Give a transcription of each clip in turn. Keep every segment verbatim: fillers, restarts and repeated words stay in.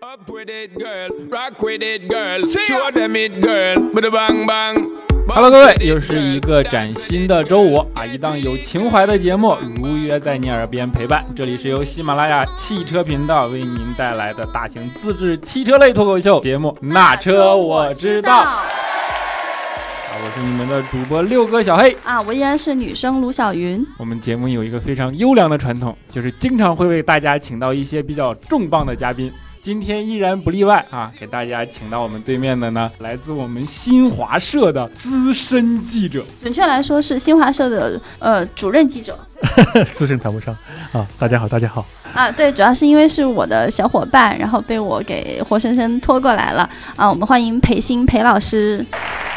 Up with it, girl. Rock with it, girl. Show them it, girl. Bada bang bang.Hello， 各位，又是一个崭新的周五啊！一档有情怀的节目，如约在你耳边陪伴。这里是由喜马拉雅汽车频道为您带来的大型自制汽车类脱口秀节目《那车我知道》啊！我是你们的主播六哥小黑啊，我依然是女生卢小云。 我们节目有一个非常优良的传统，就是经常会为大家请到一些比较重磅的嘉宾。今天依然不例外啊！给大家请到我们对面的呢，来自我们新华社的资深记者， 准确来说是新华社的呃主任记者。 资深谈不上啊！大家好，大家好啊！对，主要是因为是我的小伙伴，然后被我给活生生拖过来了啊！我们欢迎裴鑫裴老师。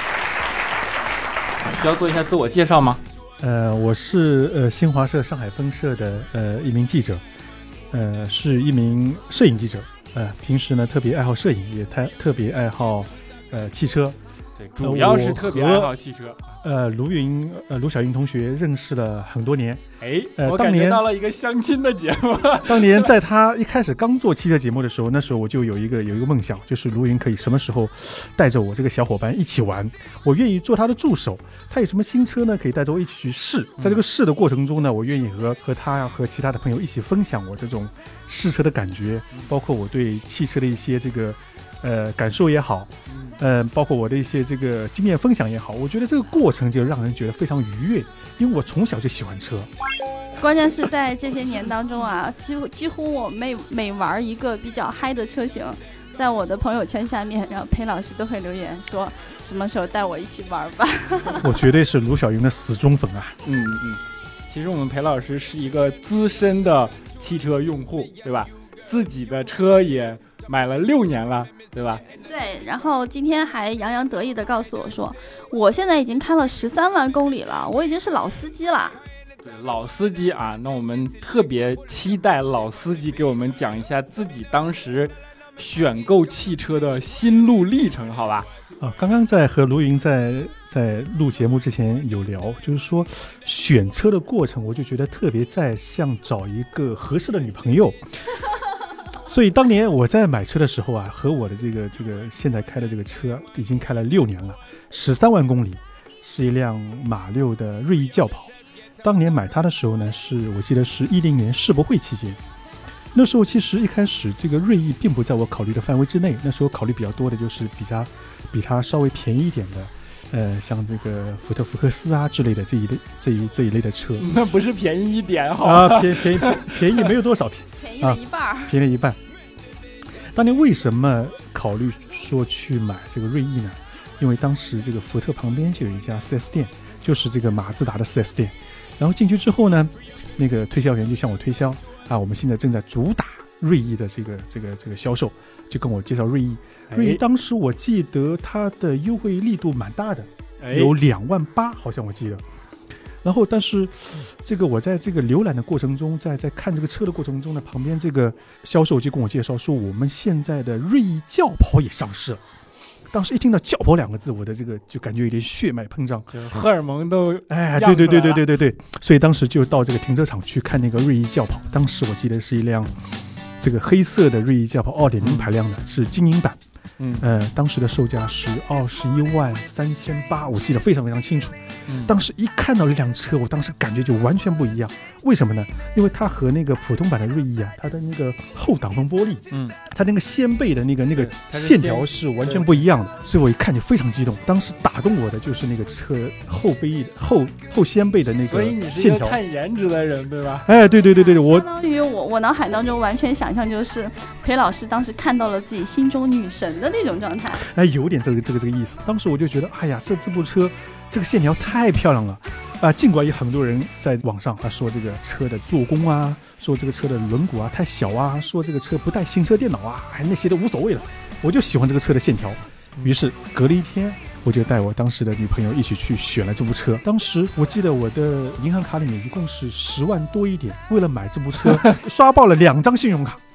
需要做一下自我介绍吗？ 呃，我是呃新华社上海分社的呃一名记者，呃是一名摄影记者。呃，平时呢特别爱好摄影，也特特别爱好呃汽车， 对，主要是特别爱好汽车。 呃，卢云呃卢小云同学认识了很多年， 哎，呃、我感觉到了一个相亲的节目。 当年在他一开始刚做汽车节目的时候，那时候我就有一个有一个梦想，就是卢云可以什么时候带着我这个小伙伴一起玩，我愿意做他的助手。他有什么新车呢，可以带着我一起去试。在这个试的过程中呢，我愿意和和他和其他的朋友一起分享我这种试车的感觉，包括我对汽车的一些这个呃感受也好，呃，包括我的一些这个经验分享也好，我觉得这个过程就让人觉得非常愉悦，因为我从小就喜欢车。 关键是在这些年当中啊，几乎几乎我每每玩一个比较嗨的车型，在我的朋友圈下面，然后裴老师都会留言说什么时候带我一起玩吧。 我绝对是卢小云的死忠粉啊。 嗯嗯，其实我们裴老师是一个资深的汽车用户，对吧？自己的车也买了六年了，对吧？ 对，然后今天还洋洋得意地告诉我说，我现在已经开了十三万公里了，我已经是老司机了。 对，老司机啊，那我们特别期待老司机给我们讲一下自己当时选购汽车的心路历程，好吧？ 啊，刚刚在和卢云在在录节目之前有聊，就是说选车的过程，我就觉得特别在像找一个合适的女朋友。所以当年我在买车的时候啊，和我的这个这个现在开的这个车已经开了六年了，十三万公里，是一辆马六的锐意轿跑。当年买它的时候呢，是我记得是一零年世博会期间。那时候其实一开始这个锐意并不在我考虑的范围之内，那时候考虑比较多的就是比它比它稍微便宜一点的，呃，像这个福特福克斯啊之类的这一类这一这一类的车。 那不是便宜一点好啊，便便宜便宜没有多少， 便宜了一半、啊， 便宜了一半。当年为什么考虑说去买这个锐意呢？因为当时这个福特旁边就有一家 四 S 店，就是这个马自达的 四 S 店。然后进去之后呢，那个推销员就向我推销啊，我们现在正在主打锐意的这个这个这个销售，就跟我介绍锐意。锐意当时我记得它的优惠力度蛮大的，有两万八，好像我记得。然后，但是这个我在这个浏览的过程中，在在看这个车的过程中呢，旁边这个销售就跟我介绍说，我们现在的锐意轿跑也上市了。当时一听到轿跑两个字，我的这个就感觉有点血脉膨胀， 就荷尔蒙都哎，对对对对对对对，所以当时就到这个停车场去看那个锐意轿跑。当时我记得是一辆这个黑色的锐意轿跑 二点零 排量的，是精英版。嗯，呃，当时的售价是二十一万三千八，我记得非常非常清楚。嗯，当时一看到这辆车，我当时感觉就完全不一样。为什么呢？因为它和那个普通版的锐意啊，它的那个后挡风玻璃，嗯，它那个掀背的那个那个线条是完全不一样的，所以我一看就非常激动。当时打动我的就是那个车后背后后掀背的那个线条。 所以你是一个看颜值的人，对吧？ 哎，对对对对对，我相当于我我脑海当中完全想象就是裴老师当时看到了自己心中女神的那种状态。 哎，有点这个这个这个意思。当时我就觉得，哎呀，这这部车这个线条太漂亮了啊、呃！尽管有很多人在网上啊说这个车的做工啊，说这个车的轮毂啊太小啊，说这个车不带行车电脑啊，哎，那些都无所谓了。我就喜欢这个车的线条。于是隔了一天，我就带我当时的女朋友一起去选了这部车。当时我记得我的银行卡里面一共是十万多一点，为了买这部车刷爆了两张信用卡。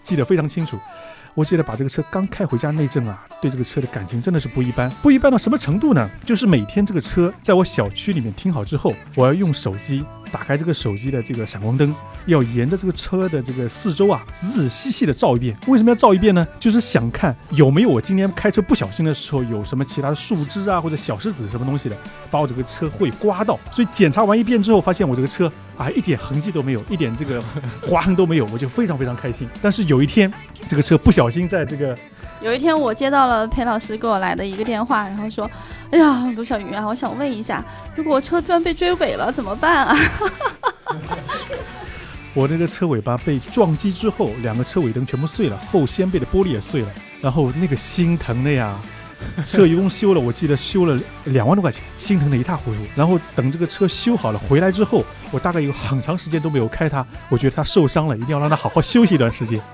记得非常清楚。我记得把这个车刚开回家那阵啊，对这个车的感情真的是不一般，不一般到什么程度呢？就是每天这个车在我小区里面停好之后，我要用手机打开这个手机的这个闪光灯，要沿着这个车的这个四周啊，仔仔细细的照一遍。为什么要照一遍呢？就是想看有没有我今天开车不小心的时候有什么其他的树枝啊或者小石子什么东西的，把我这个车会刮到。所以检查完一遍之后，发现我这个车啊一点痕迹都没有，一点这个划痕都没有，我就非常非常开心。但是有一天，这个车不小心在这个有一天我接到了裴老师给我来的一个电话，然后说，哎呀，卢小云啊，我想问一下，如果我车突然被追尾了怎么办啊？ 我那个车尾巴被撞击之后，两个车尾灯全部碎了，后掀背的玻璃也碎了，然后那个心疼的呀，车一共修了，我记得修了两万多块钱，心疼的一塌糊涂。然后等这个车修好了回来之后，我大概有很长时间都没有开它，我觉得它受伤了，一定要让它好好休息一段时间。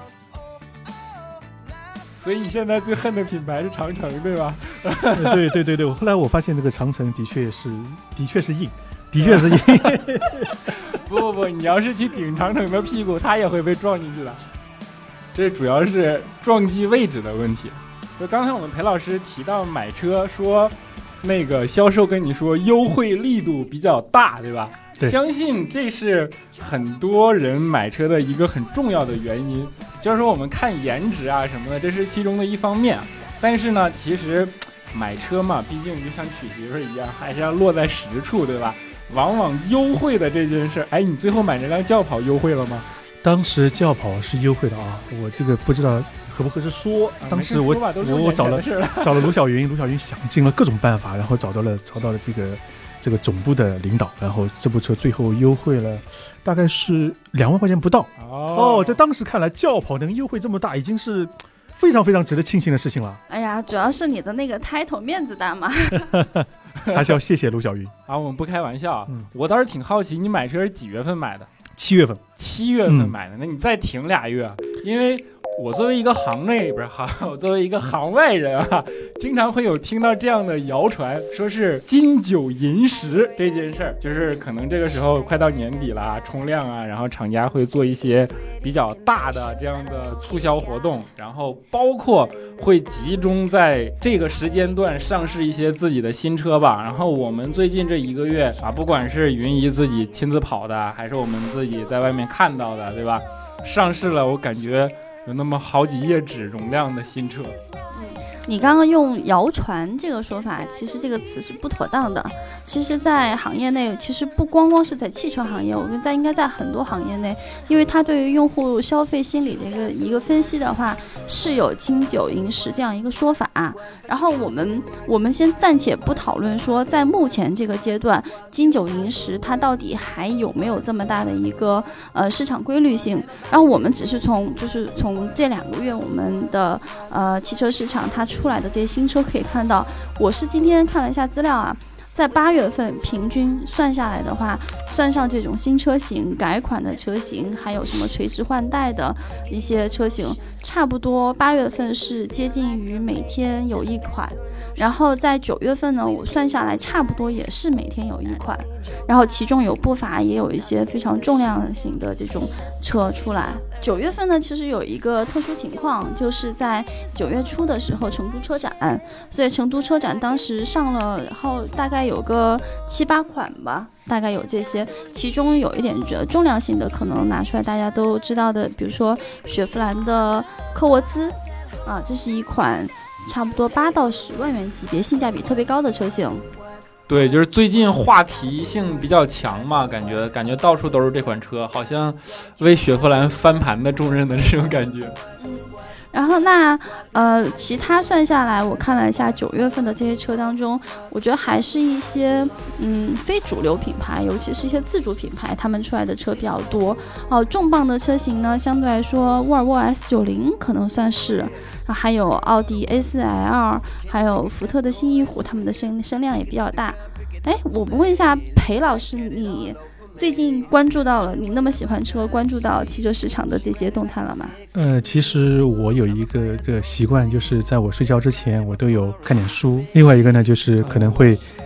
所以你现在最恨的品牌是长城，对吧？ 对对对对，后来我发现这个长城的确是，的确是硬，的确是硬。 不不不，你要是去顶长城的屁股，它也会被撞进去的。这主要是撞击位置的问题。就刚才我们裴老师提到买车，说那个销售跟你说优惠力度比较大，对吧？ 对， 相信这是很多人买车的一个很重要的原因。就是说我们看颜值啊什么的，这是其中的一方面。但是呢，其实买车嘛，毕竟就像娶媳妇一样，还是要落在实处，对吧？往往优惠的这件事，哎，你最后买这辆轿跑优惠了吗？ 当时轿跑是优惠的啊，我这个不知道合不合适说。啊、当时我我找了找了卢小云，卢小云想尽了各种办法，然后找到了找到了这个这个总部的领导，然后这部车最后优惠了大概是两万块钱不到。哦, 哦，在当时看来，轿跑能优惠这么大，已经是非常非常值得庆幸的事情了。 哎呀，主要是你的那个title面子大嘛。 还是要谢谢卢小云啊，我们不开玩笑、嗯、我倒是挺好奇，你买车是几月份买的？ 七月份。 七月份买的、嗯、那你再停俩月，因为我作为一个行内不是行，我作为一个行外人啊，经常会有听到这样的谣传，说是金九银十这件事儿，就是可能这个时候快到年底了，冲量啊，然后厂家会做一些比较大的这样的促销活动，然后包括会集中在这个时间段上市一些自己的新车吧。然后我们最近这一个月啊，不管是云姨自己亲自跑的，还是我们自己在外面看到的，对吧？上市了，我感觉有那么好几页纸容量的新车。 你刚刚用谣传这个说法，其实这个词是不妥当的。其实在行业内，其实不光光是在汽车行业，我觉得在应该在很多行业内，因为它对于用户消费心理的一个一个分析的话，是有金九银十这样一个说法。然后我们我们先暂且不讨论说在目前这个阶段金九银十它到底还有没有这么大的一个呃市场规律性，然后我们只是从就是从这两个月我们的呃汽车市场它出来的这些新车可以看到，我是今天看了一下资料啊，在八月份平均算下来的话，算上这种新车型改款的车型，还有什么垂直换代的一些车型，差不多八月份是接近于每天有一款，然后在九月份呢，我算下来差不多也是每天有一款，然后其中有不乏也有一些非常重量型的这种车出来。九月份呢，其实有一个特殊情况，就是在九月初的时候成都车展，所以成都车展当时上了，然后大概有个七八款吧，大概有这些，其中有一点重量性的可能拿出来大家都知道的，比如说雪佛兰的科沃兹啊，这是一款差不多八到十万元级别，性价比特别高的车型。 对，就是最近话题性比较强嘛，感觉感觉到处都是这款车，好像为雪佛兰翻盘的重任的这种感觉。 然后那呃，其他算下来，我看了一下九月份的这些车当中，我觉得还是一些嗯非主流品牌，尤其是一些自主品牌，他们出来的车比较多。哦、呃，重磅的车型呢，相对来说，沃尔沃 S 九十 可能算是。还有奥迪 A 四 L， 还有福特的新翼虎，他们的声声量也比较大。哎，我们问一下裴老师，你最近关注到了，你那么喜欢车，关注到汽车市场的这些动态了吗？ 呃，其实我有一个个习惯，就是在我睡觉之前，我都有看点书。另外一个呢，就是可能会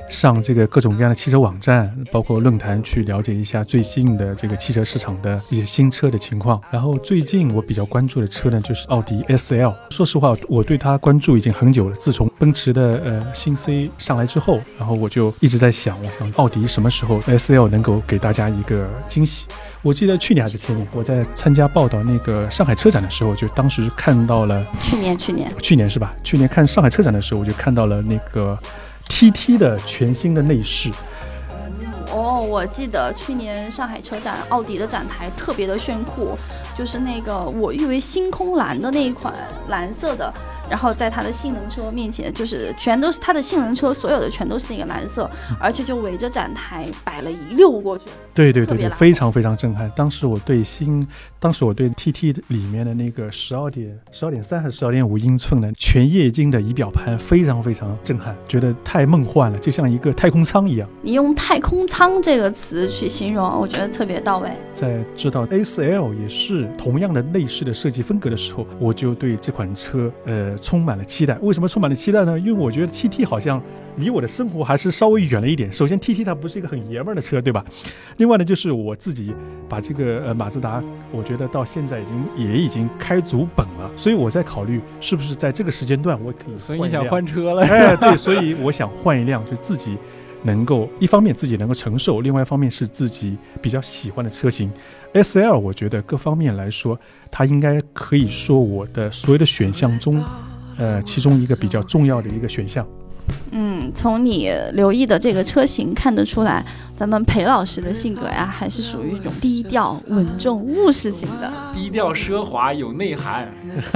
上这个各种各样的汽车网站，包括论坛去了解一下最新的这个汽车市场的一些新车的情况。然后最近我比较关注的车呢，就是奥迪 S L。说实话，我对它关注已经很久了。自从奔驰的呃新 C 上来之后，然后我就一直在想，我想奥迪什么时候 S L 能够给大家一个惊喜。我记得去年还是前年，我在参加报道那个上海车展的时候，就当时看到了去年去年去年是吧？去年看上海车展的时候，我就看到了那个 T T 的全新的内饰。 哦，我记得去年上海车展，奥迪的展台特别的炫酷，就是那个我誉为星空蓝的那一款蓝色的，然后在它的性能车面前，就是全都是它的性能车，所有的全都是那个蓝色，而且就围着展台摆了一溜过去。 对对对对，非常非常震撼。当时我对新，当时我对 T T 里面的那个十二点十二点三还是十二点五英寸的全液晶的仪表盘非常非常震撼，觉得太梦幻了，就像一个太空舱一样。 你用太空舱这个词去形容，我觉得特别到位。 在知道 S L 也是同样的内饰的设计风格的时候，我就对这款车呃充满了期待。为什么充满了期待呢？因为我觉得 T T 好像离我的生活还是稍微远了一点。首先 T T 它不是一个很爷们儿的车，对吧？另外呢，就是我自己把这个呃马自达，我觉得到现在已经也已经开足本了，所以我在考虑是不是在这个时间段我可以换一辆。 所以你想换车了？ 哎，对，所以我想换一辆，就自己能够一方面自己能够承受，另外一方面是自己比较喜欢的车型。S L 我觉得各方面来说，它应该可以说我的所有的选项中，呃，其中一个比较重要的一个选项。 嗯，从你留意的这个车型看得出来，咱们裴老师的性格呀，还是属于一种低调、稳重、务实型的。 低调、奢华、有内涵。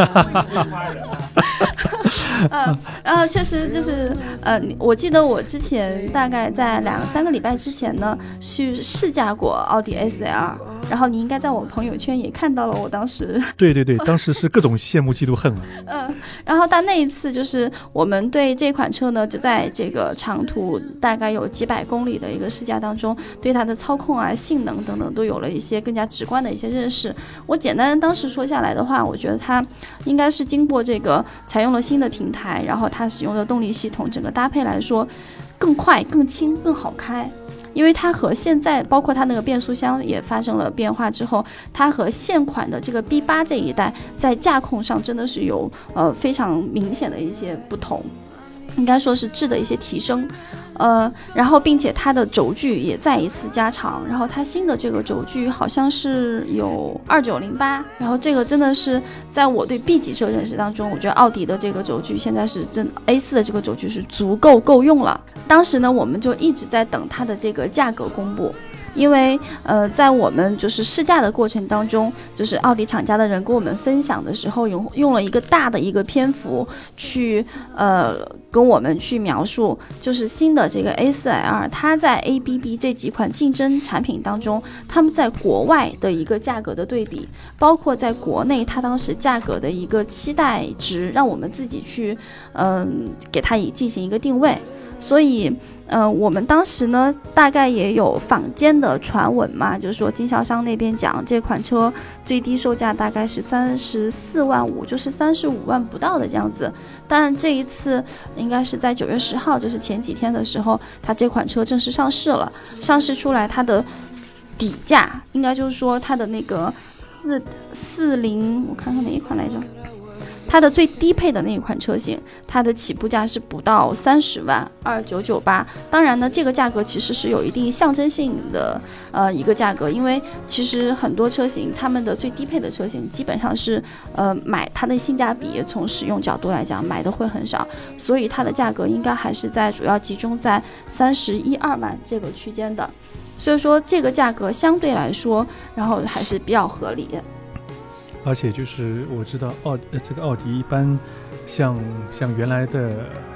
嗯，然后确实就是呃，我记得我之前大概在两三个礼拜之前呢，去试驾过奥迪 S L， 然后你应该在我朋友圈也看到了我当时。对对对，当时是各种羡慕嫉妒恨了。 嗯，然后但那一次就是我们对这款车呢，就在这个长途大概有几百公里的一个试驾当中，对它的操控啊、性能等等都有了一些更加直观的一些认识。我简单当时说下来的话，我觉得它应该是经过这个采用了新的平台，然后它使用的动力系统整个搭配来说更快、更轻、更好开。因为它和现在包括它那个变速箱也发生了变化之后，它和现款的这个 B 八 这一代在驾控上真的是有呃非常明显的一些不同，应该说是质的一些提升。呃，然后并且它的轴距也再一次加长，然后它新的这个轴距好像是有二九零八，然后这个真的是在我对 B 级车认识当中，我觉得奥迪的这个轴距现在是真 A 四 的这个轴距是足够够用了。当时呢，我们就一直在等它的这个价格公布。因为呃，在我们就是试驾的过程当中，就是奥迪厂家的人跟我们分享的时候，用用了一个大的一个篇幅去呃跟我们去描述，就是新的这个 A 四 L， 它在 A B B 这几款竞争产品当中，他们在国外的一个价格的对比，包括在国内它当时价格的一个期待值，让我们自己去嗯、呃、给它以进行一个定位。所以嗯、呃，我们当时呢，大概也有坊间的传闻嘛，就是说经销商那边讲这款车最低售价大概是三十四万五，就是三十五万不到的这样子。但这一次应该是在九月十号，就是前几天的时候，它这款车正式上市了。上市出来，它的底价应该就是说它的那个四四零，我看看哪一款来着？它的最低配的那一款车型，它的起步价是不到三十万，二九九八。当然呢，这个价格其实是有一定象征性的，呃，一个价格，因为其实很多车型，他们的最低配的车型基本上是，呃，买它的性价比，从使用角度来讲，买的会很少，所以它的价格应该还是在主要集中在三十一二万这个区间的。所以说，这个价格相对来说，然后还是比较合理的。 而且就是我知道奥呃这个奥迪一般像像原来的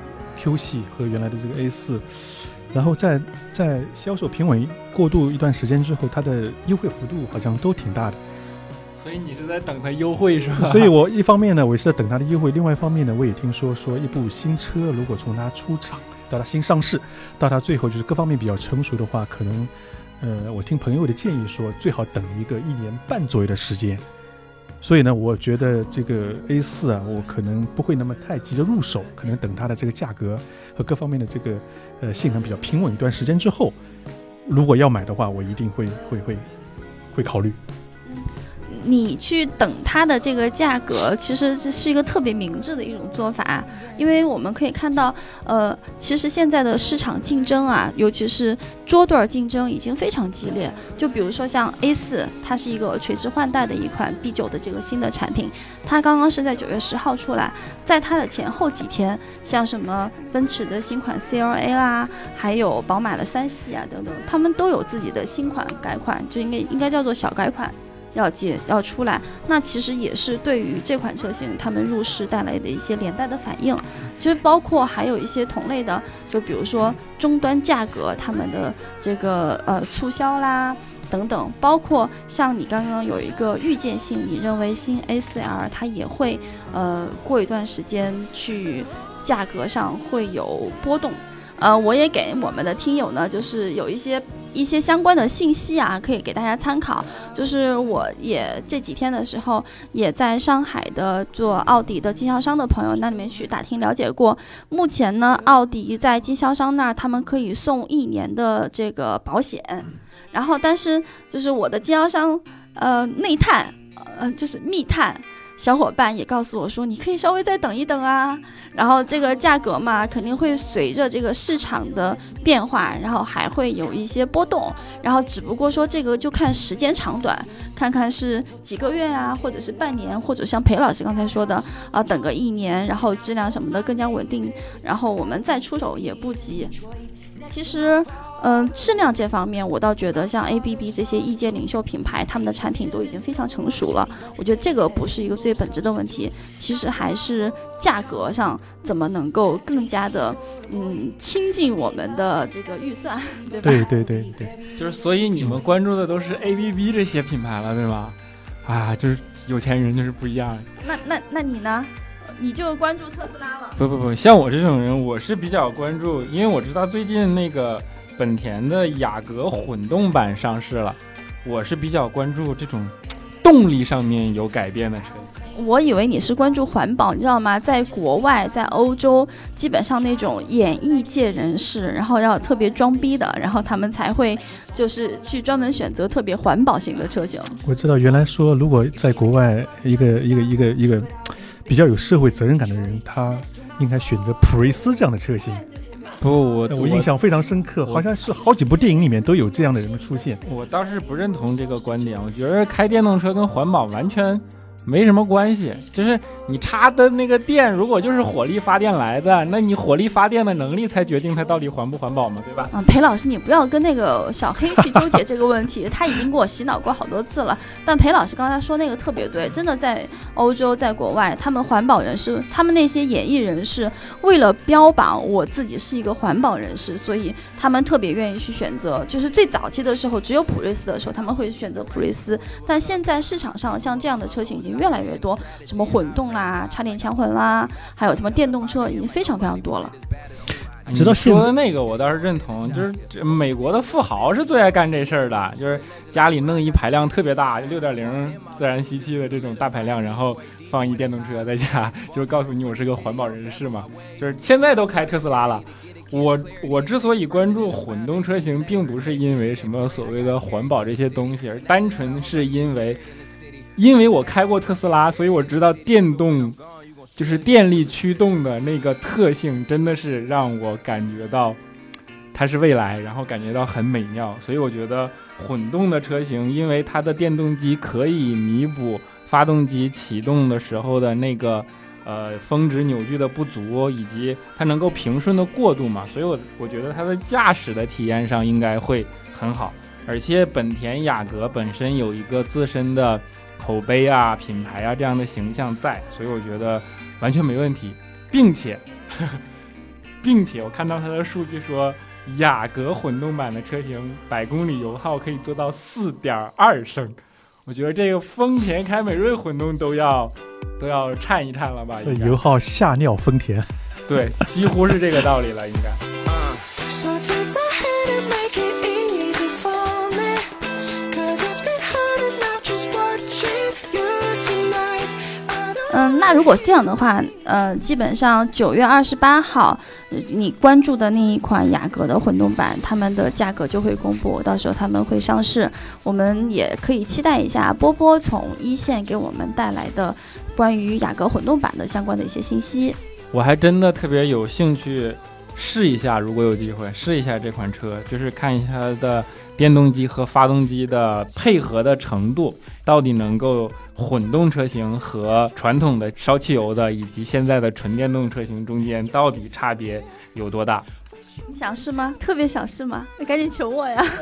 Q 系和原来的这个 A 四， 然后在在销售平稳过渡一段时间之后，它的优惠幅度好像都挺大的。 所以你是在等它优惠是吧？ 所以我一方面呢，我是在等它的优惠，另外一方面呢，我也听说说一部新车如果从它出厂到它新上市，到它最后就是各方面比较成熟的话，可能呃我听朋友的建议说，最好等一个一年半左右的时间。 所以呢，我觉得这个 A 四 啊，我可能不会那么太急着入手，可能等它的这个价格和各方面的这个呃性能比较平稳一段时间之后，如果要买的话，我一定会会会会考虑。 你去等它的这个价格，其实是一个特别明智的一种做法，因为我们可以看到，呃，其实现在的市场竞争啊，尤其是桌对竞争已经非常激烈。就比如说像 A 四，它是一个垂直换代的一款 B 九 的这个新的产品，它刚刚是在九月十号出来，在它的前后几天，像什么奔驰的新款 C L A 啦，还有宝马的三系啊等等，他们都有自己的新款改款，就应该应该叫做小改款。要接要出来，那其实也是对于这款车型他们入市带来的一些连带的反应。其实包括还有一些同类的，就比如说终端价格他们的这个呃促销啦等等，包括像你刚刚有一个预见性，你认为新 A 四 L 它也会呃过一段时间去价格上会有波动。呃，我也给我们的听友呢，就是有一些一些相关的信息啊，可以给大家参考。就是我也这几天的时候，也在上海的做奥迪的经销商的朋友那里面去打听了解过。目前呢，奥迪在经销商那儿，他们可以送一年的这个保险。然后，但是就是我的经销商，呃，内探，呃，就是密探。小伙伴也告诉我说，你可以稍微再等一等啊，然后这个价格嘛，肯定会随着这个市场的变化，然后还会有一些波动，然后只不过说这个就看时间长短，看看是几个月啊，或者是半年，或者像裴老师刚才说的啊、呃，等个一年，然后质量什么的更加稳定，然后我们再出手也不急。其实嗯，质量这方面，我倒觉得像 A B B 这些意见领袖品牌，他们的产品都已经非常成熟了。我觉得这个不是一个最本质的问题，其实还是价格上怎么能够更加的嗯亲近我们的这个预算，对吧？ 对对对对， 就是所以你们关注的都是 A B B 这些品牌了，对吗？啊，就是有钱人就是不一样。 那那那你呢？你就关注特斯拉了？ 不不不，像我这种人，我是比较关注，因为我知道最近那个本田的雅阁混动版上市了，我是比较关注这种动力上面有改变的车。 我以为你是关注环保，你知道吗？在国外，在欧洲，基本上那种演艺界人士，然后要特别装逼的，然后他们才会就是去专门选择特别环保型的车型。 我知道，原来说如果在国外一个一个一个一个比较有社会责任感的人，他应该选择普锐斯这样的车型。 不，我我印象非常深刻，好像是好几部电影里面都有这样的人出现。 我倒是不认同这个观点，我觉得开电动车跟环保完全没什么关系，就是你插的那个电如果就是火力发电来的，那你火力发电的能力才决定它到底环不环保嘛，对吧？ 啊，裴老师你不要跟那个小黑去纠结这个问题，他已经给我洗脑过好多次了。但裴老师刚才说那个特别对，真的在欧洲在国外，他们环保人士，他们那些演艺人士为了标榜我自己是一个环保人士，所以他们特别愿意去选择，就是最早期的时候只有普锐斯的时候他们会选择普锐斯，但现在市场上像这样的车型已经越来越多，什么混动啦、插电强混啦，还有什么电动车已经非常非常多了。 直到现在说的那个我倒是认同，就是美国的富豪是最爱干这事儿的，就是家里弄一排量特别大六点零自然吸气的这种大排量，然后放一电动车在家，就是告诉你我是个环保人士嘛。就是现在都开特斯拉了。我我之所以关注混动车型，并不是因为什么所谓的环保这些东西，而单纯是因为因为我开过特斯拉，所以我知道电动就是电力驱动的那个特性真的是让我感觉到它是未来，然后感觉到很美妙。所以我觉得混动的车型，因为它的电动机可以弥补发动机启动的时候的那个呃峰值扭矩的不足，以及它能够平顺的过渡嘛，所以我我觉得它的驾驶的体验上应该会很好。而且本田雅阁本身有一个自身的口碑啊、品牌啊这样的形象在，所以我觉得完全没问题，并且呵呵并且我看到它的数据说，雅阁混动版的车型百公里油耗可以做到 四点二 升，我觉得这个丰田凯美瑞混动都要都要颤一颤了吧？ 油耗吓尿丰田， 对，几乎是这个道理了，应该。 嗯，那如果这样的话，呃，基本上九月二十八号，你关注的那一款雅阁的混动版，他们的价格就会公布，到时候他们会上市，我们也可以期待一下波波从一线给我们带来的关于雅阁混动版的相关的一些信息。 我还真的特别有兴趣试一下，如果有机会试一下这款车，就是看一下它的电动机和发动机的配合的程度，到底能够混动车型和传统的烧汽油的以及现在的纯电动车型中间到底差别有多大。 你想试吗？特别想试吗？那赶紧求我呀。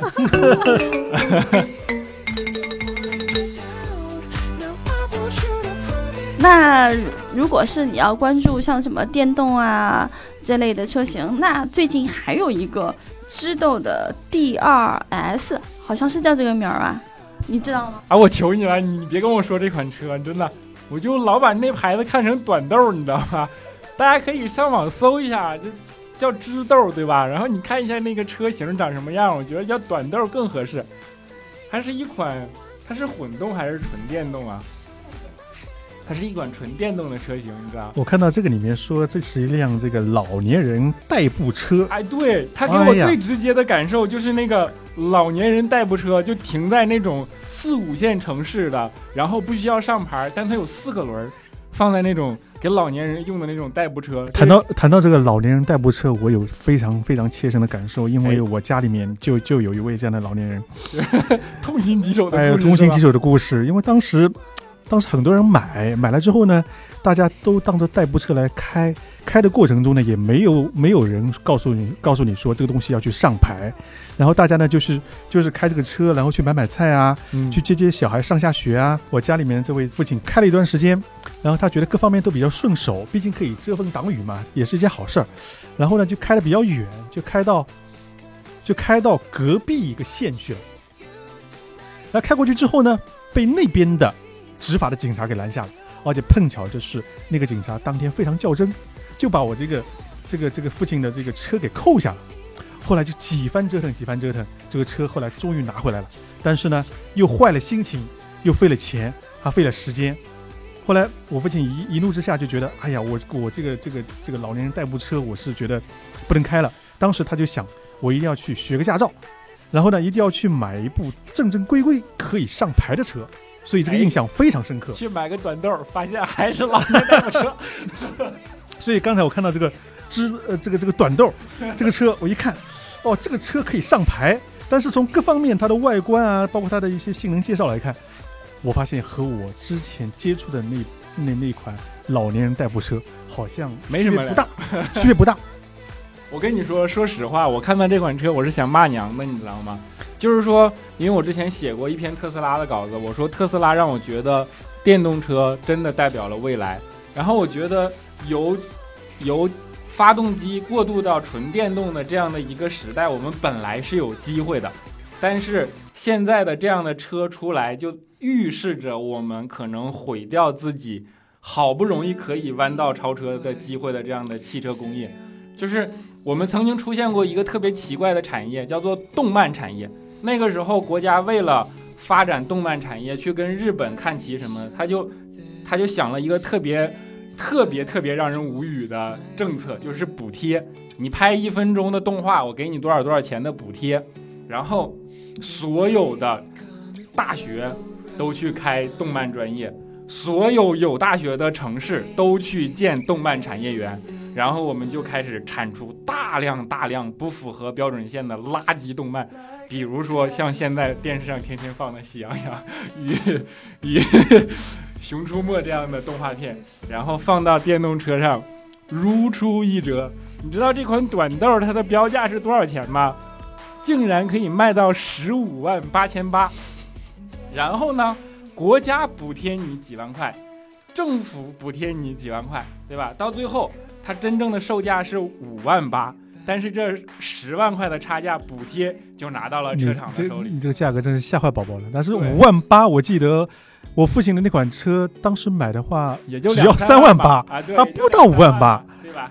那如果是你要关注像什么电动啊这类的车型，那最近还有一个知豆的 D 二 S， 好像是叫这个名儿啊，你知道吗？ 啊，我求你了，你别跟我说这款车，真的，我就老把那牌子看成短豆，你知道吗？大家可以上网搜一下，这叫知豆，对吧？然后你看一下那个车型长什么样，我觉得叫短豆更合适。还是一款，它是混动还是纯电动啊？它是一款纯电动的车型，你知道？ 我看到这个里面说这是一辆这个老年人代步车。 哎，对，它给我最直接的感受就是那个老年人代步车就停在那种四五线城市的，然后不需要上牌，但它有四个轮，放在那种给老年人用的那种代步车。 谈到谈到这个老年人代步车，我有非常非常切身的感受，因为我家里面就就有一位这样的老年人， 痛心疾首的故事。 哎，痛心疾首的故事，因为当时。当时很多人买买了之后呢，大家都当做代步车来开，开的过程中呢，也没有没有人告诉你告诉你说这个东西要去上牌，然后大家呢就是就是开这个车，然后去买买菜啊，嗯、去接接小孩上下学啊。我家里面这位父亲开了一段时间，然后他觉得各方面都比较顺手，毕竟可以遮风挡雨嘛，也是一件好事儿。然后呢，就开得比较远，就开到就开到隔壁一个县去了。然后开过去之后呢，被那边的执法的警察给拦下了，而且碰巧就是那个警察当天非常较真，就把我这个这个这个父亲的这个车给扣下了。后来就几番折腾几番折腾，这个车后来终于拿回来了，但是呢又坏了心情，又费了钱，还费了时间。后来我父亲一一怒之下就觉得，哎呀，我我这个这个这个老年人代步车我是觉得不能开了。当时他就想，我一定要去学个驾照，然后呢一定要去买一部正正规规可以上牌的车。所以这个印象非常深刻。 去买个短豆，发现还是老年代步车。 所以刚才我看到这个知呃这个这个短豆这个车，我一看，哦，这个车可以上牌，但是从各方面它的外观啊，包括它的一些性能介绍来看，我发现和我之前接触的那那那款老年人代步车好像没什么不大，区别不大。 我跟你说，说实话，我看到这款车我是想骂娘的，你知道吗？就是说，因为我之前写过一篇特斯拉的稿子，我说特斯拉让我觉得电动车真的代表了未来。然后我觉得由由发动机过渡到纯电动的这样的一个时代，我们本来是有机会的，但是现在的这样的车出来，就预示着我们可能毁掉自己好不容易可以弯道超车的机会的这样的汽车工业。就是我们曾经出现过一个特别奇怪的产业，叫做动漫产业。那个时候国家为了发展动漫产业，去跟日本看齐什么，他就他就想了一个特别特别特别让人无语的政策，就是补贴。你拍一分钟的动画，我给你多少多少钱的补贴，然后所有的大学都去开动漫专业，所有有大学的城市都去建动漫产业园。然后我们就开始产出大量大量不符合标准线的垃圾动漫，比如说像现在电视上天天放的《喜羊羊与与熊出没》这样的动画片，然后放到电动车上如出一辙。你知道这款短豆它的标价是多少钱吗？竟然可以卖到十五万八千八。然后呢，国家补贴你几万块，政府补贴你几万块，对吧？到最后它真正的售价是五万八，但是这十万块的差价补贴就拿到了车厂的手里。 你 这, 你这个价格真是吓坏宝宝了。但是五万八，我记得我父亲的那款车当时买的话， 也就只要三万八， 啊，对， 它不到五万八， 对吧？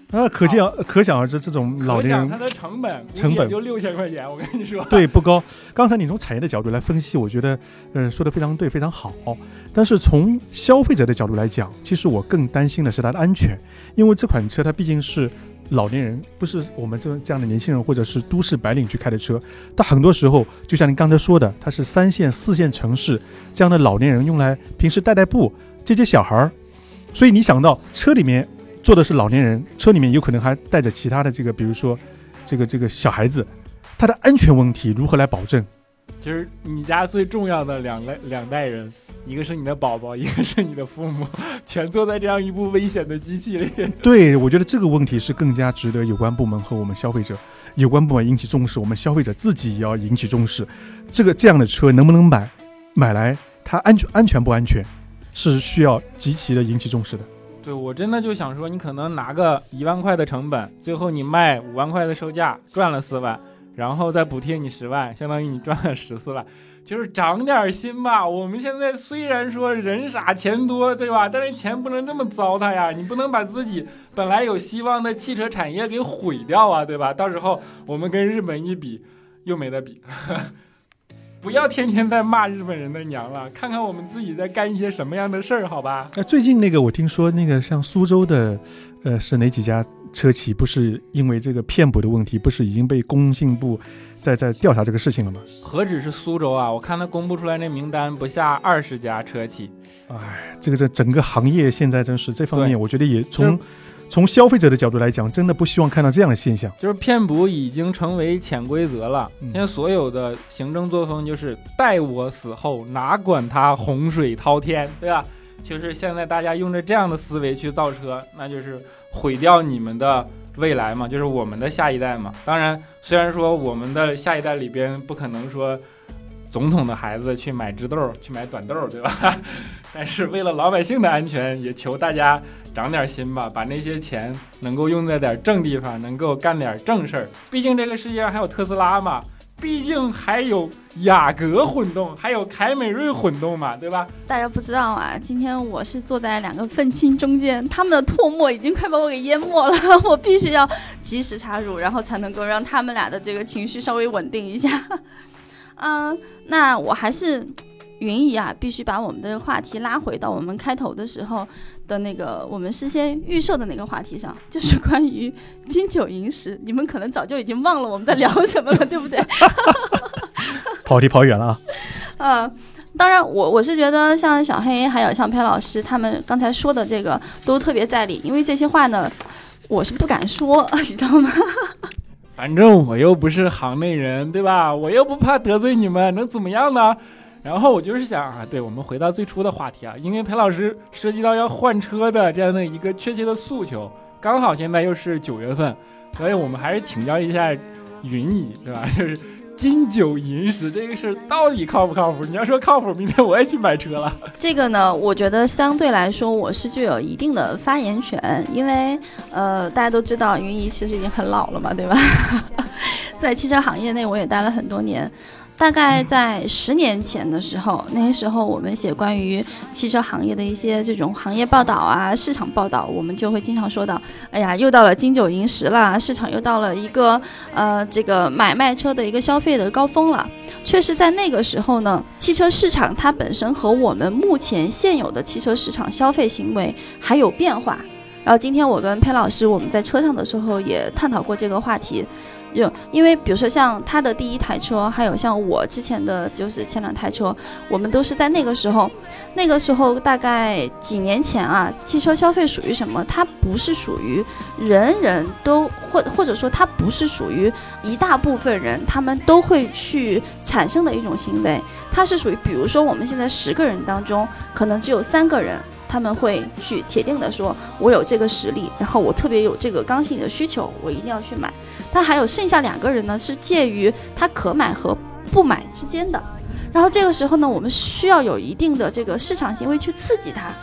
啊，可见可想而知，这种老年人它的成本成本就六千块钱，我跟你说， 对，不高。刚才你从产业的角度来分析，我觉得，嗯，说的非常对，非常好。但是从消费者的角度来讲，其实我更担心的是它的安全，因为这款车它毕竟是老年人，不是我们这这样的年轻人或者是都市白领去开的车。它很多时候，就像您刚才说的，它是三线、四线城市这样的老年人用来平时带带步、接接小孩，所以你想到车里面坐的是老年人，车里面有可能还带着其他的这个，比如说这个这个小孩子，他的安全问题如何来保证？ 就是你家最重要的两代两代人，一个是你的宝宝，一个是你的父母，全坐在这样一部危险的机器里。 对，我觉得这个问题是更加值得有关部门和我们消费者，有关部门引起重视，我们消费者自己也要引起重视。这个这样的车能不能买，买来它安全安全不安全，是需要极其的引起重视的。 对，我真的就想说，你可能拿个一万块的成本，最后你卖五万块的售价，赚了四万，然后再补贴你十万，相当于你赚了十四万，就是长点心吧。我们现在虽然说人傻钱多，对吧？但是钱不能这么糟蹋呀，你不能把自己本来有希望的汽车产业给毁掉啊，对吧？到时候我们跟日本一比，又没得比。不要天天在骂日本人的娘了，看看我们自己在干一些什么样的事儿，好吧？ 呃，最近那个我听说那个像苏州的，呃，是哪几家车企不是因为这个骗补的问题，不是已经被工信部在在调查这个事情了吗？ 何止是苏州啊，我看他公布出来那名单不下二十家车企。 哎，这个这整个行业现在真是这方面，我觉得也从。从消费者的角度来讲，真的不希望看到这样的现象， 就是骗补已经成为潜规则了。 嗯、 现在所有的行政作风就是待我死后，哪管他洪水滔天，对吧？就是现在大家用着这样的思维去造车，那就是毁掉你们的未来嘛，就是我们的下一代嘛。当然，虽然说我们的下一代里边不可能说总统的孩子去买直豆，去买短豆，对吧？但是为了老百姓的安全，也求大家长点心吧，把那些钱能够用在点正地方，能够干点正事儿。毕竟这个世界上还有特斯拉嘛，毕竟还有雅阁混动，还有凯美瑞混动嘛，对吧？ 大家不知道啊，今天我是坐在两个愤青中间，他们的唾沫已经快把我给淹没了，我必须要及时插入，然后才能够让他们俩的这个情绪稍微稳定一下。嗯，那我还是云姨啊，必须把我们的话题拉回到我们开头的时候的那个我们事先预设的那个话题上，就是关于金九银十。你们可能早就已经忘了我们在聊什么了，对不对？ 跑题跑远了啊。 嗯，当然我我是觉得像小黑还有像裴老师他们刚才说的这个都特别在理，因为这些话呢我是不敢说，你知道吗？ 反正我又不是行内人，对吧？我又不怕得罪你们，能怎么样呢？然后我就是想啊，对，我们回到最初的话题啊，因为裴老师涉及到要换车的这样的一个确切的诉求，刚好现在又是九月份，所以我们还是请教一下云姨，对吧？就是金九银十这个事到底靠不靠谱？你要说靠谱，明天我也去买车了。 这个呢，我觉得相对来说我是具有一定的发言权，因为呃，大家都知道云姨其实已经很老了嘛，对吧？在汽车行业内我也待了很多年。大概在十年前的时候，那些时候我们写关于汽车行业的一些这种行业报道啊、市场报道，我们就会经常说到，哎呀，又到了金九银十啦，市场又到了一个呃这个买卖车的一个消费的高峰了。确实在那个时候呢，汽车市场它本身和我们目前现有的汽车市场消费行为还有变化。然后今天我跟裴老师我们在车上的时候也探讨过这个话题。就因为比如说像他的第一台车，还有像我之前的就是前两台车，我们都是在那个时候那个时候大概几年前啊，汽车消费属于什么？它不是属于人人都或或者说它不是属于一大部分人他们都会去产生的一种行为，它是属于比如说我们现在十个人当中可能只有三个人他们会去铁定的说我有这个实力，然后我特别有这个刚性的需求，我一定要去买。他还有剩下两个人呢，是介于他可买和不买之间的。然后这个时候呢，我们需要有一定的这个市场行为去刺激他。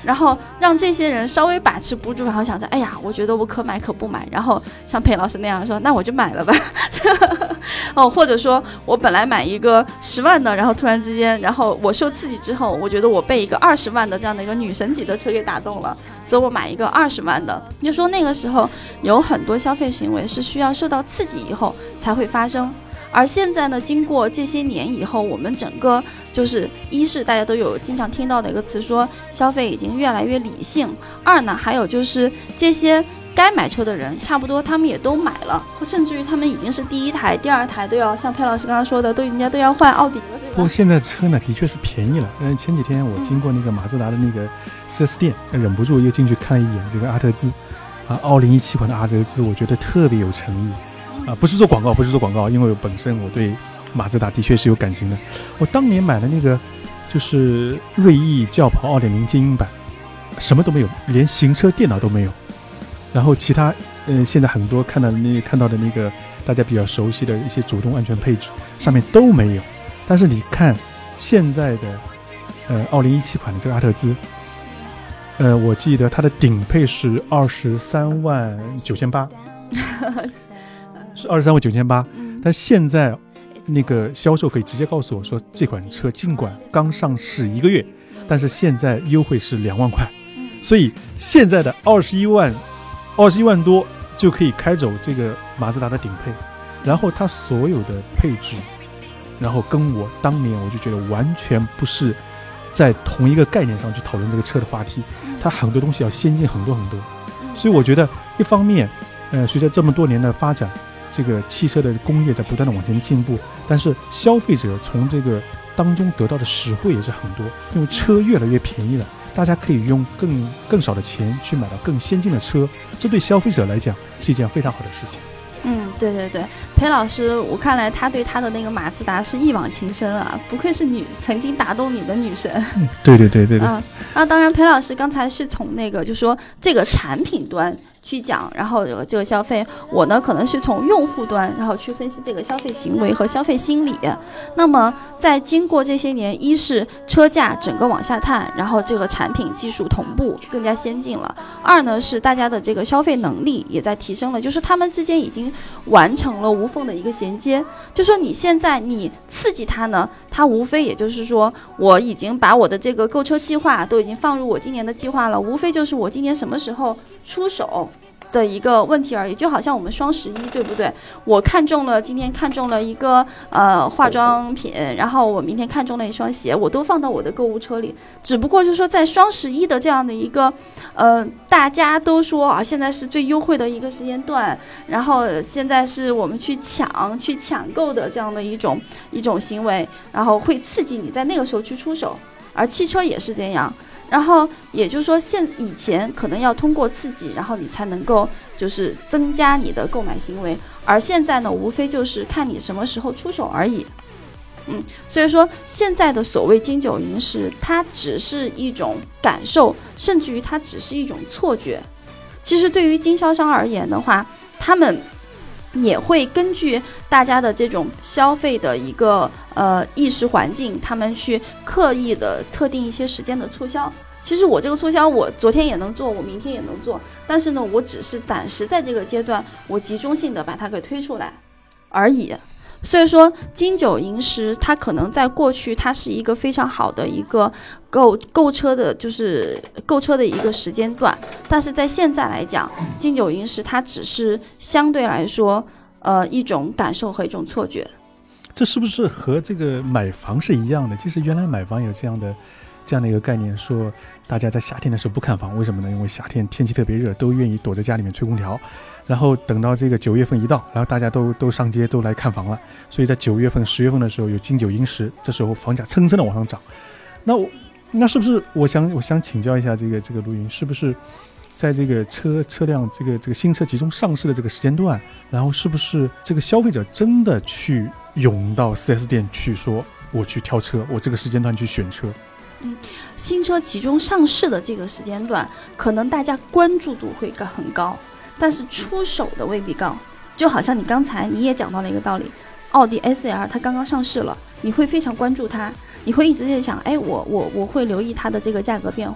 然后让这些人稍微把持不住，然后想着，哎呀，我觉得我可买可不买，然后像裴老师那样说，那我就买了吧。哦，或者说我本来买一个十万的，然后突然之间，然后我受刺激之后，我觉得我被一个二十万的这样的一个女神级的车给打动了，所以我买一个二十万的。就说那个时候有很多消费行为是需要受到刺激以后才会发生。而现在呢，经过这些年以后，我们整个就是一是大家都有经常听到的一个词，说消费已经越来越理性；二呢，还有就是这些该买车的人，差不多他们也都买了，甚至于他们已经是第一台、第二台都要，像裴老师刚刚说的，都人家都要换奥迪了，对吧？ 不过现在车呢，的确是便宜了。嗯，前几天我经过那个马自达的那个 四 S 店，忍不住又进去看了一眼这个阿特兹，啊，二零一七款的阿特兹，我觉得特别有诚意。啊，不是做广告，不是做广告，因为我本身我对马自达的确是有感情的。我当年买的那个就是锐意轿跑 二点零 精英版，什么都没有，连行车电脑都没有。然后其他，嗯、呃，现在很多看到那看到的那个大家比较熟悉的一些主动安全配置，上面都没有。但是你看现在的，呃，二零一七款的这个阿特兹，呃，我记得它的顶配是二十三万九千八。是二十三万九千八，但现在那个销售可以直接告诉我说，这款车尽管刚上市一个月，但是现在优惠是两万块，所以现在的二十一万，二十一万多就可以开走这个马自达的顶配，然后它所有的配置，然后跟我当年我就觉得完全不是在同一个概念上去讨论这个车的话题，它很多东西要先进很多很多，所以我觉得一方面，呃，随着这么多年的发展。这个汽车的工业在不断的往前进步，但是消费者从这个当中得到的实惠也是很多，因为车越来越便宜了，大家可以用更更少的钱去买到更先进的车，这对消费者来讲是一件非常好的事情。 嗯，对对对，裴老师，我看来他对他的那个马自达是一往情深啊，不愧是女曾经打动你的女神。 嗯，对对对对对。 嗯，那当然，裴老师刚才是从那个就说这个产品端去讲，然后这个消费，我呢可能是从用户端，然后去分析这个消费行为和消费心理。那么在经过这些年，一是车价整个往下探，然后这个产品技术同步更加先进了；二呢是大家的这个消费能力也在提升了，就是他们之间已经完成了无缝的一个衔接。就说你现在你刺激它呢，它无非也就是说我已经把我的这个购车计划都已经放入我今年的计划了，无非就是我今年什么时候出手的一个问题而已，就好像我们双十一，对不对？我看中了今天看中了一个呃化妆品，然后我明天看中了一双鞋，我都放到我的购物车里。只不过就是说，在双十一的这样的一个呃，大家都说啊，现在是最优惠的一个时间段，然后现在是我们去抢、去抢购的这样的一种一种行为，然后会刺激你在那个时候去出手，而汽车也是这样。然后也就是说，现以前可能要通过刺激，然后你才能够就是增加你的购买行为，而现在呢，无非就是看你什么时候出手而已。嗯，所以说现在的所谓金九银十，它只是一种感受，甚至于它只是一种错觉。其实对于经销商而言的话，他们也会根据大家的这种消费的一个呃意识环境，他们去刻意的特定一些时间的促销。其实我这个促销我昨天也能做，我明天也能做，但是呢，我只是暂时在这个阶段我集中性的把它给推出来而已。所以说金九银十它可能在过去它是一个非常好的一个购购车的就是购车的一个时间段，但是在现在来讲，金九银十它只是相对来说呃一种感受和一种错觉。 这是不是和这个买房是一样的？其实原来买房有这样的这样的一个概念，说大家在夏天的时候不看房，为什么呢？因为夏天天气特别热，都愿意躲在家里面吹空调，然后等到这个九月份一到，然后大家都都上街都来看房了，所以在九月份十月份的时候有金九银十，这时候房价蹭蹭的往上涨。那我那是不是我想我想请教一下这个这个陆云，是不是在这个车车辆这个这个新车集中上市的这个时间段，然后是不是这个消费者真的去涌到 四 S 店去说我去挑车，我这个时间段去选车？ 嗯，新车集中上市的这个时间段，可能大家关注度会很高，但是出手的未必高。就好像你刚才你也讲到了一个道理，奥迪 S L 它刚刚上市了，你会非常关注它，你会一直在想，哎，我我我会留意它的这个价格变化。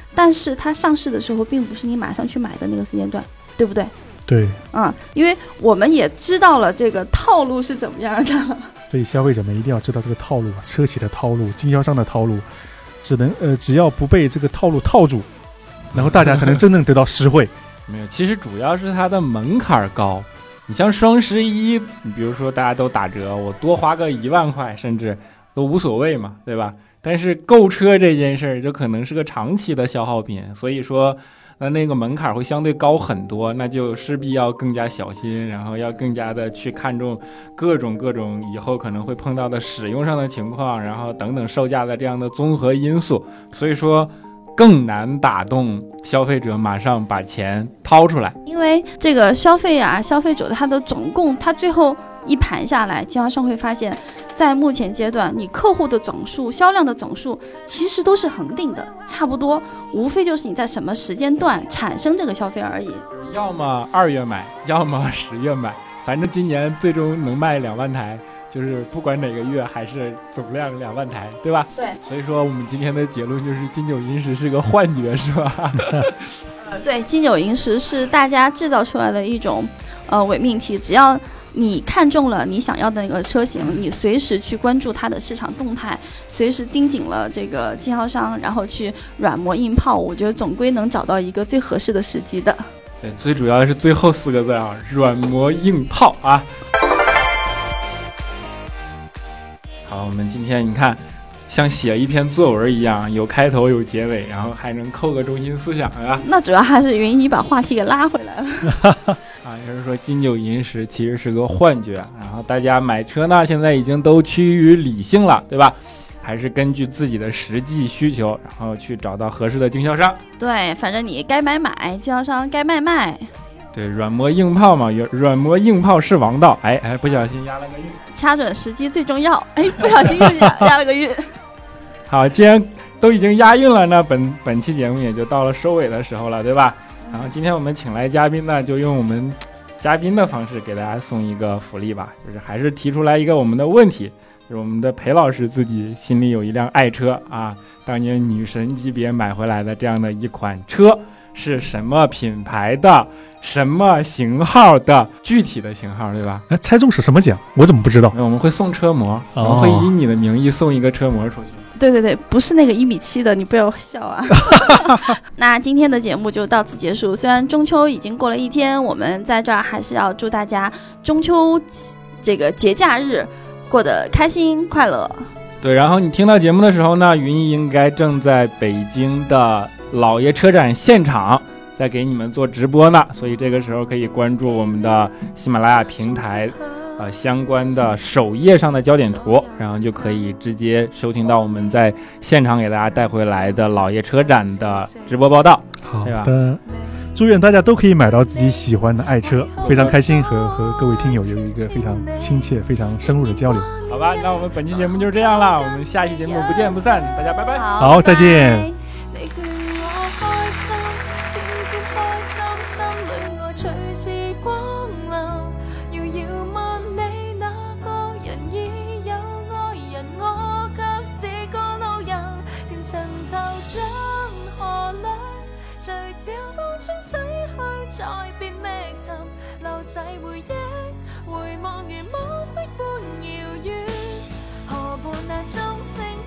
但是它上市的时候并不是你马上去买的那个时间段，对不对？ 对， 嗯，因为我们也知道了这个套路是怎么样的， 所以消费者们一定要知道这个套路啊，车企的套路，经销商的套路，只能呃只要不被这个套路套住，然后大家才能真正得到实惠。 没有，其实主要是它的门槛高。你像双十一，你比如说大家都打折，我多花个一万块，甚至都无所谓嘛，对吧？但是购车这件事儿就可能是个长期的消耗品，所以说那那个门槛会相对高很多，那就势必要更加小心，然后要更加的去看重各种各种以后可能会碰到的使用上的情况，然后等等售价的这样的综合因素，所以说更难打动消费者马上把钱掏出来。 因为这个消费啊，消费者他的总共，他最后一盘下来，经销商会发现，在目前阶段，你客户的总数、销量的总数其实都是恒定的，差不多，无非就是你在什么时间段产生这个消费而已。 要么二月买，要么十月买，反正今年最终能卖两万台。就是不管哪个月还是总量两万台，对吧？ 对。 所以说我们今天的结论就是金九银十是个幻觉，是吧？ 呃，对，金九银十是大家制造出来的一种呃伪命题，只要你看中了你想要的那个车型，你随时去关注它的市场动态，随时盯紧了这个经销商，然后去软磨硬泡，我觉得总归能找到一个最合适的时机的。 对，最主要的是最后四个字啊，软磨硬泡啊。好，我们今天你看像写一篇作文一样，有开头有结尾，然后还能扣个中心思想啊。 那主要还是云姨把话题给拉回来了啊，就是说金九银十其实是个幻觉，然后大家买车呢现在已经都趋于理性了，对吧？还是根据自己的实际需求，然后去找到合适的经销商。 对，反正你该买买，经销商该卖卖。 对，软磨硬泡嘛，软磨硬泡是王道。哎哎，不小心押了个韵， 掐准时机最重要。哎，不小心又押押了个韵。 好，既然都已经押韵了，那本本期节目也就到了收尾的时候了，对吧？然后今天我们请来嘉宾呢，就用我们嘉宾的方式给大家送一个福利吧，就是还是提出来一个我们的问题，就是我们的裴老师自己心里有一辆爱车啊，当年女神级别买回来的这样的一款车，是什么品牌的？什么型号的？具体的型号，对吧？ 哎，猜中是什么奖？我怎么不知道？ 我们会送车模， 哦、 我们会以你的名义送一个车模出去。 对对对，不是那个一米七的，你不要笑啊。那今天的节目就到此结束。虽然中秋已经过了一天，我们在这儿还是要祝大家中秋这个节假日过得开心快乐。 对，然后你听到节目的时候呢，云姨应该正在北京的老爷车展现场在给你们做直播呢，所以这个时候可以关注我们的喜马拉雅平台呃相关的首页上的焦点图，然后就可以直接收听到我们在现场给大家带回来的老爷车展的直播报道。 好的，祝愿大家都可以买到自己喜欢的爱车，非常开心和和各位听友有一个非常亲切非常深入的交流。 好吧，那我们本期节目就是这样了，我们下期节目不见不散，大家拜拜。 好， 好，再见。 再別覓尋流逝回憶，回望如暮色般遙遠，河畔那鐘聲